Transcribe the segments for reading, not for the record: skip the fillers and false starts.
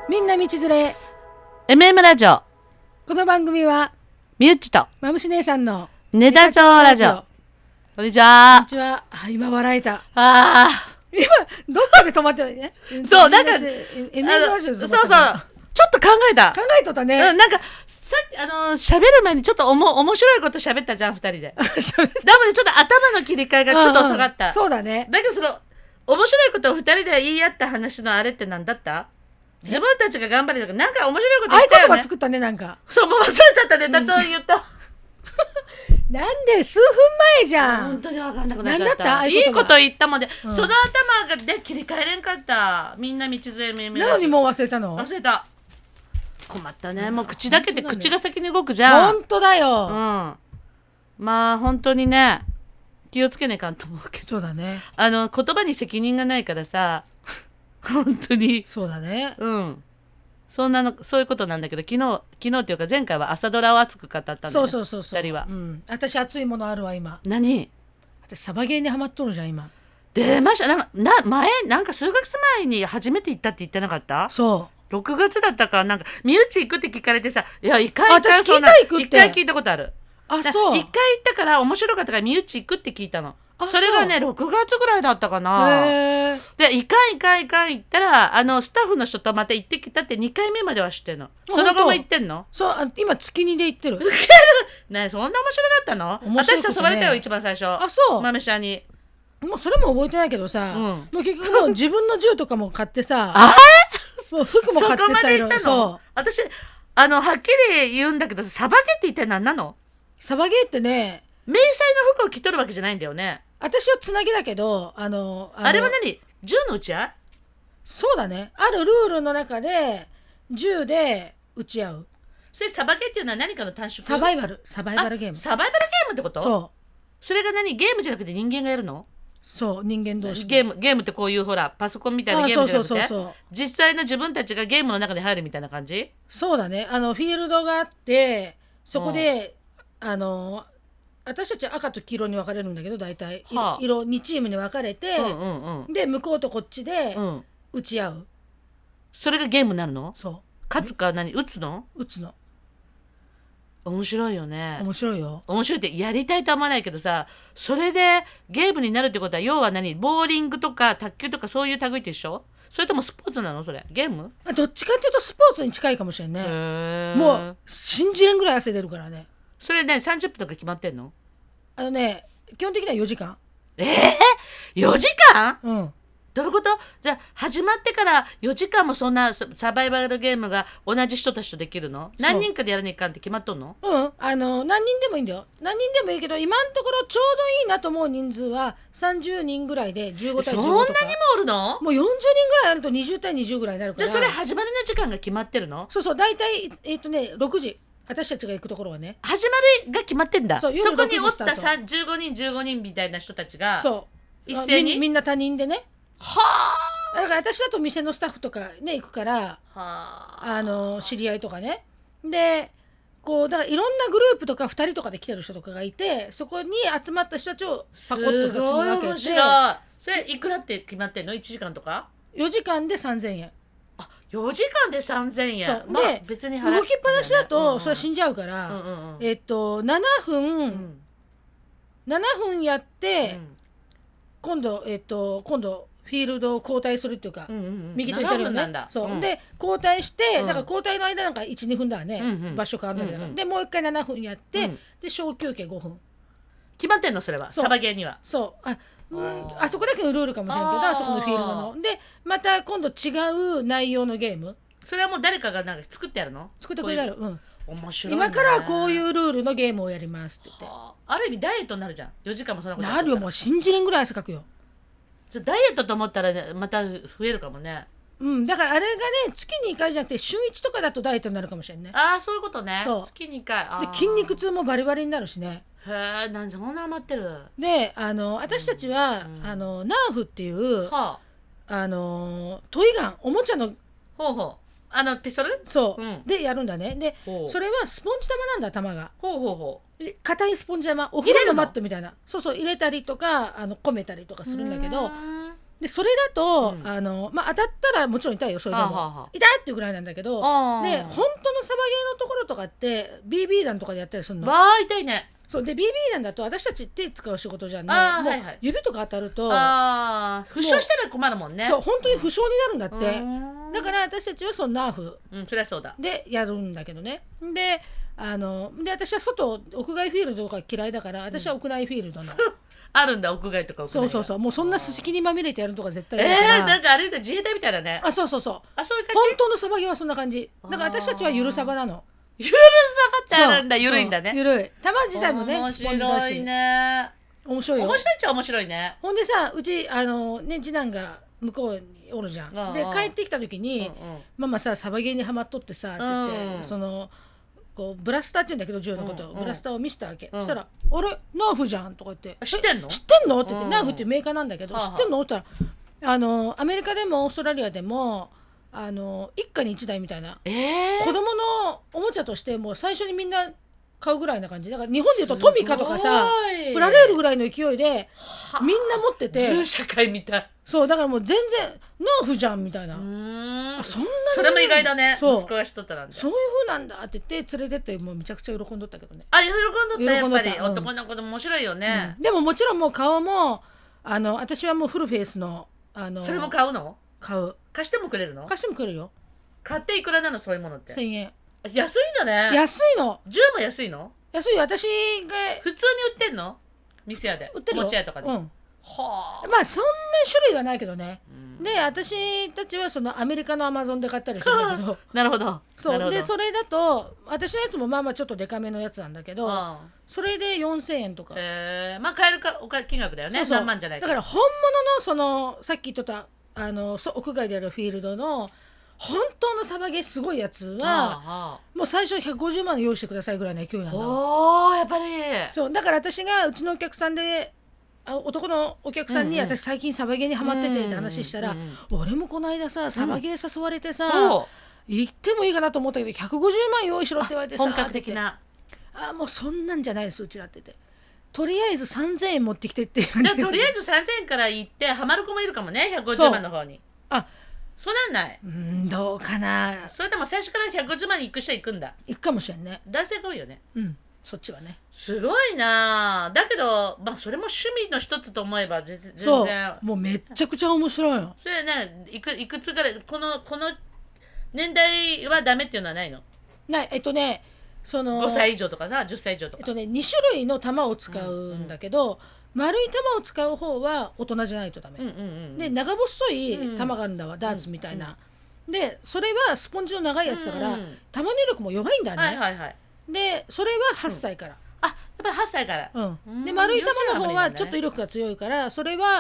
みんな道連れ。 MM ラジオ。 この番組はみゆっちとまむし姉さんのネタ帳ラジオ。こんにちこんはに。ちは。あ、今笑えた。 あ今どっかで止まってるね。 そうなんかエメラジオで止まったそうそう。ちょっと考えた。 考えとったね。 なんか、さっき、喋る前にちょっと面白いこと喋ったじゃん、二人で。 喋っなので、ちょっと頭の切り替えがちょっと遅かった。 そうだね。 だけど、面白いことを二人で言い合った話のあれって何だった？自分たちが頑張りとか、なんか面白いこと言合ったよね。 言葉作ったね、なんか。 そう、もう忘れちゃったネタ帳言った。 なんで数分前じゃん。 本当に分かんなくなっちゃった。 なんだった？ いいこと言ったもんで、 うんその頭で切り替えれんかった。みんな道連れめめ。 なのにもう忘れたの？ 忘れた。困ったね。もう口だけで口が先に動くじゃん。 本当だよ。 うん。まあ本当にね、気をつけねえかんと思うけど。 そうだね。 言葉に責任がないからさ、本当に。 そうだね。 うん。そういうことなんだけど、昨日っていうか前回は朝ドラを熱く語ったんだよね。 そう。 二人は。 うん。私熱いものあるわ、今。 何？ 私サバゲーにハマっとるじゃん、今。 出ました。なんか数ヶ月前に初めて行ったって言ってなかった？ そう。 6月だったかなんか身内行くって聞かれてさ、いや一回私聞いた行くって一回聞いたことある。 あ、そう。 一回行ったから面白かったから身内行くって聞いたの。 あそれがね6月ぐらいだったかな。 へー。 でいかん行ったらスタッフの人とまた行ってきたって2回目までは知ってんの。その後も行ってんの？ そう、今月2で行ってる。 ねえそんな面白かったの？ 面白くてね私誘われたよ一番最初。 あ、そう。 豆下に。 もうそれも覚えてないけどさ、 うんもう結局もう自分の銃とかも買ってさ、 あそう服も買ってそこまさ、 で行ったの？ そう。 私はっきり言うんだけどサバゲって一体何なの？ サバゲーってね、 迷彩の服を着とるわけじゃないんだよね。 私はつなぎだけど、あれは何？銃の撃ち合い？ そうだね。あるルールの中で銃で撃ち合う。 それサバゲっていうのは何かの短縮？ サバイバルゲーム。 サバイバルゲームってこと？ そうそれが何？ゲームじゃなくて人間がやるの？ そう、人間同士ゲームってこういうほらパソコンみたいなゲームじゃなくてそう実際の自分たちがゲームの中に入るみたいな感じ？ そうだね。フィールドがあってそこで私たちは赤と黄色に分かれるんだけど、大体、 はあ、 色2チームに分かれて、で向こうとこっちで撃ち合う、 それがゲームになるの？ そう勝つか何？撃つの？ 撃つの。 面白いよね。 面白いよ。 面白いってやりたいとは思わないけどさ、それでゲームになるってことは要は何？ボーリングとか卓球とかそういう類でしょ？それともスポーツなの？それゲーム？ どっちかっていうとスポーツに近いかもしれんね。もう信じれんぐらい汗出るからね。 それね30分とか決まってんの？ 基本的には4時間。 4時間？ うん。 どういうこと？じゃあ始まってから4時間もそんなサバイバルゲームが同じ人たちとできるの？何人かでやらないかんって決まっとんの？ 何人でもいいんだよ。何人でもいいけど、今のところちょうどいいなと思う人数は30人ぐらいで15対15とか。 そんなにもおるの？ もう40人ぐらいあると20対20ぐらいになるから。 じゃあそれ始まりの時間が決まってるの？ そう、大体6時、私たちが行くところはね、 始まりが決まってんだ。 そこにおった 15 人みたいな人たちが一そう斉にみんな他人でね。 はだから私だと店のスタッフとかね行くからあ知り合いとかね。でこうだからいろんなグループとか2人とかで来てる人とかがいて、そこに集まった人たちをパコッとすごい分けて、 面白い。それいくらって決まってんの？1時間とか 4時間で3000円。 あ、4時間で3000円。 そう、 まあで別に動きっぱなしだとそれはん死んじゃうから、7分やって、今度フィールドを交代するっていうか、右と左をね、そうで交代して、だから交代の間なんか 1,2 分だわね、場所変わるんだけど、でもう一回7分やって、で小休憩5分決まってんの？それはサバゲーには。 そうあそこだけのルールかもしれんけど、あそこのフィールドのでまた今度違う内容のゲーム、 それはもう誰かがなんか作ってやるの？ 作ってくれる。 面白いね。 今からこういうルールのゲームをやりますって言って、 ある意味ダイエットになるじゃん。4時間もそんなことなるよ。もう信じれんぐらい汗かくよ。 ダイエットと思ったら、ね、また増えるかもね。 だからあれがね月に1回じゃなくて週1とかだとダイエットになるかもしれんね。 ああそういうことね。 そう月に1回。 で筋肉痛もバリバリになるしね。 へえ、なんでそんな余ってる。 で私たちは、ナーフっていう、 はトイガン、おもちゃのピストル？ そう、でやるんだね。でほうそれはスポンジ玉なんだ、玉が。 ほう。 硬いスポンジ玉、お風呂のマットみたいな、そう入れたりとか込めたりとかするんだけど、 でそれだと、当たったらもちろん痛いよ、それでも痛いっていうぐらいなんだけど、で本当のサバゲーのところとかって BB 弾とかでやったりするの。 痛いね。 そうで BB 弾だと私たち手使う仕事じゃんね。もう指とか当たると負傷したら困るもんね。 そう本当に負傷になるんだって。だから私たちはそのナーフそりゃそうだでやるんだけどね。で私は屋外フィールドとか嫌いだから、私は屋内フィールドのあるんだ、屋外とか屋内が。 そうもうそんなすすきにまみれてやるとか絶対嫌だから。 なんかあれだ、自衛隊みたいだね。 そういう感じ。本当のサバゲーはそんな感じだから、私たちはゆるサバなの。 ゆるサバってあるんだ。ゆるいんだね。 ゆるい。球自体もね面白いね。 面白いよ。 面白いっちゃ面白いね。 ほんでさ、うち次男が向こうにおるじゃん。で帰ってきた時にママさサバゲーにハマっとってさって言って、こうブラスターって言うんだけど銃のことをブラスターを見せたわけ。そしたら「あれナーフじゃん」とか言って「 知ってんの？ 知ってんの？」って言って、ナーフっていうメーカーなんだけど「知ってんの？」って言ったらアメリカでもオーストラリアでも一家に一台みたいな、子供のおもちゃとしてもう最初にみんな買うぐらいな感じだから、日本でいうとトミカとかさプラレールぐらいの勢いでみんな持ってて、 銃社会みたい。 そうだからもう全然ナーフじゃんみたいな。そんなにそれも意外だね。息子が知っとったなんて、 そういう風なんだって言って連れてってもうめちゃくちゃ喜んどったけどね。 喜んどった。やっぱり男の子でも面白いよね。 でももちろんもう顔も私はもうフルフェイスのそれも買うの？ 買う。 貸してもくれるの？ 貸してもくれるよ。 買っていくらなのそういうものって？ 1000円。 安いんだね。 安いの。 銃も安いの？ 安いよ。私が普通に売ってんの？店屋で売ってるよ。 持ち屋とかで。はあ。まあそんな種類はないけどね。で私たちはそのアメリカのアマゾンで買ったりするんだけどなるほど。 そうでそれだと私のやつもまあまあちょっとデカめのやつなんだけど、それで4000円とか。 まあ買えるか金額だよね。何万じゃないか。 だから本物のさっき言った屋外でやるフィールドの本当のサバゲーすごいやつはもう最初150万用意してくださいぐらいの勢いなんだ。 やっぱりそうだから私がうちのお客さんで男のお客さんに私最近サバゲーにハマっててって話したら、俺もこの間さサバゲー誘われてさ行ってもいいかなと思ったけど150万用意しろって言われてさ、 本格的な。 もうそんなんじゃないですうちらって言って、とりあえず3000円持ってきてっていう感じです。 とりあえず3000円から行ってハマる子もいるかもね。150万の方に。そうなんない。 どうかな。 それでも最初から150万に行く人は行くんだ。 行くかもしれんね。 男性が多いよね。 そっちはね。 すごいな。だけどそれも趣味の一つと思えば全然。 そうもうめっちゃくちゃ面白いの。 それね、いくつからこの年代はダメっていうのはないの？ ない 5歳以上とかさ10歳以上とか。 2種類の弾を使うんだけど、丸い弾を使う方は大人じゃないとダメ。で長細い弾があるんだわ、ダーツみたいな。でそれはスポンジの長いやつだから、弾入力も弱いんだね。でそれは8歳から。 やっぱり8歳から。 で丸い弾の方はちょっと威力が強いから、それは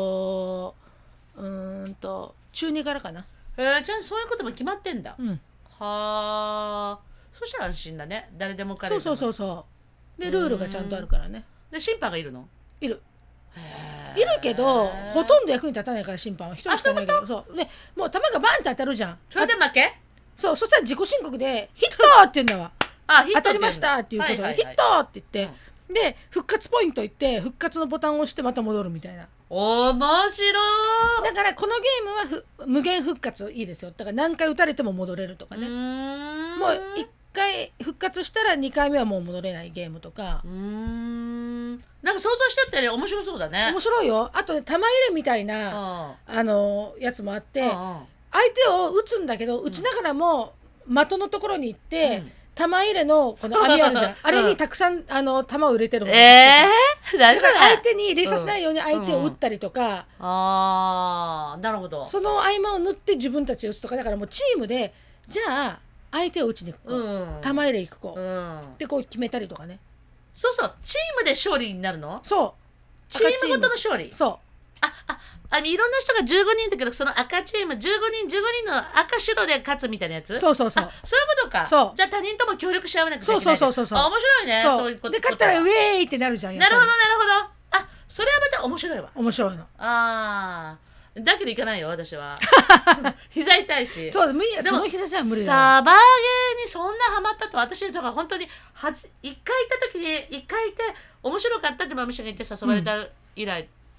中2からかな。 じゃあそういうことも決まってんだ。はあ。そしたら安心だね。誰でも彼でも。 そうでルールがちゃんとあるからね。 で審判がいるの？いるけどほとんど役に立たないから、審判は1人しかいないけど。そうでもう球がバンって当たるじゃん。 それで負け？ そしたら自己申告でヒットって言うんだわ。当たりましたっていうことでヒットって言って、で復活ポイント言って復活のボタンを押してまた戻るみたいな。 面白い。 だからこのゲームは無限復活いいですよ。だから何回打たれても戻れるとかね。もう1回復活したら2回目はもう戻れないゲームとか。 なんか想像しちゃったより面白そうだね。 面白いよ。あとね玉入れみたいなやつもあって、相手を打つんだけど打ちながらも的のところに行って、玉入れのこの網あるじゃんあれにたくさん玉を入れてるもん。 大丈夫。だから相手に連射しないように相手を打ったりとか。 なるほど。 その合間を縫って自分たちで打つとか。だからもうチームでじゃあ相手を打ちに行く子、玉入れ行く子でこう決めたりとかね。 そうチームで勝利になるの？ チームごとの勝利。いろんな人が15人だけど、その赤チーム15人の赤白で勝つみたいなやつ。そういうことか。じゃあ他人とも協力し合わなくちゃいけない。面白いね。そういうことで勝ったらウェーイってなるじゃん。 なるほど。それはまた面白いわ。 面白いの。 だけど行かないよ私は。膝痛いし。その膝じゃ無理だよ。 サバゲーにそんなハマったと。私だから本当に1回行った時に1回いて面白かったってマムシが言って誘われた以来、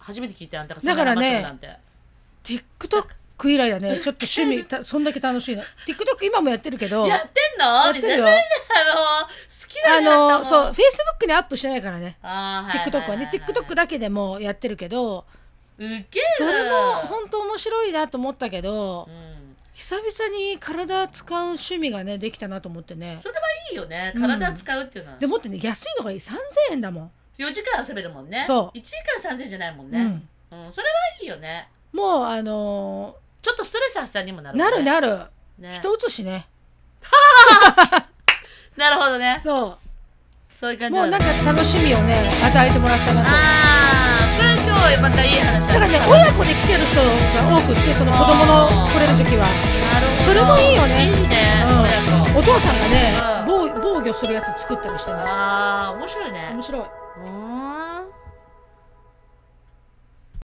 初めて聞いた。あんたがだからね TikTok以来だね。ちょっと趣味そんだけ楽しいの。 TikTok 今もやってるけど。 やってんの？ やってるよ。好きなそう Facebook にアップしないからね。TikTok はね TikTok だけでもやってるけど、 ウケる。 それも本当面白いなと思ったけど、久々に体使う趣味がねできたなと思ってね。 それはいいよね、体使うっていうのは。 でもってね、安いのがいい。3000円だもん。 4時間遊べるもんね。 そう。 1時間3000円じゃないもんね。それはいいよね。 もうちょっとストレス発散にもなる。 なる。人打つしね。 なるほどね。 そういう感じ。 もうなんか楽しみをね与えてもらったなと。 これ今日またいい話だからね、親子で来てる人が多くって、その子供の来れる時は。それもいいよね。 いいね。 お父さんがね防御するやつ作ったりしてね。 面白いね。 面白い。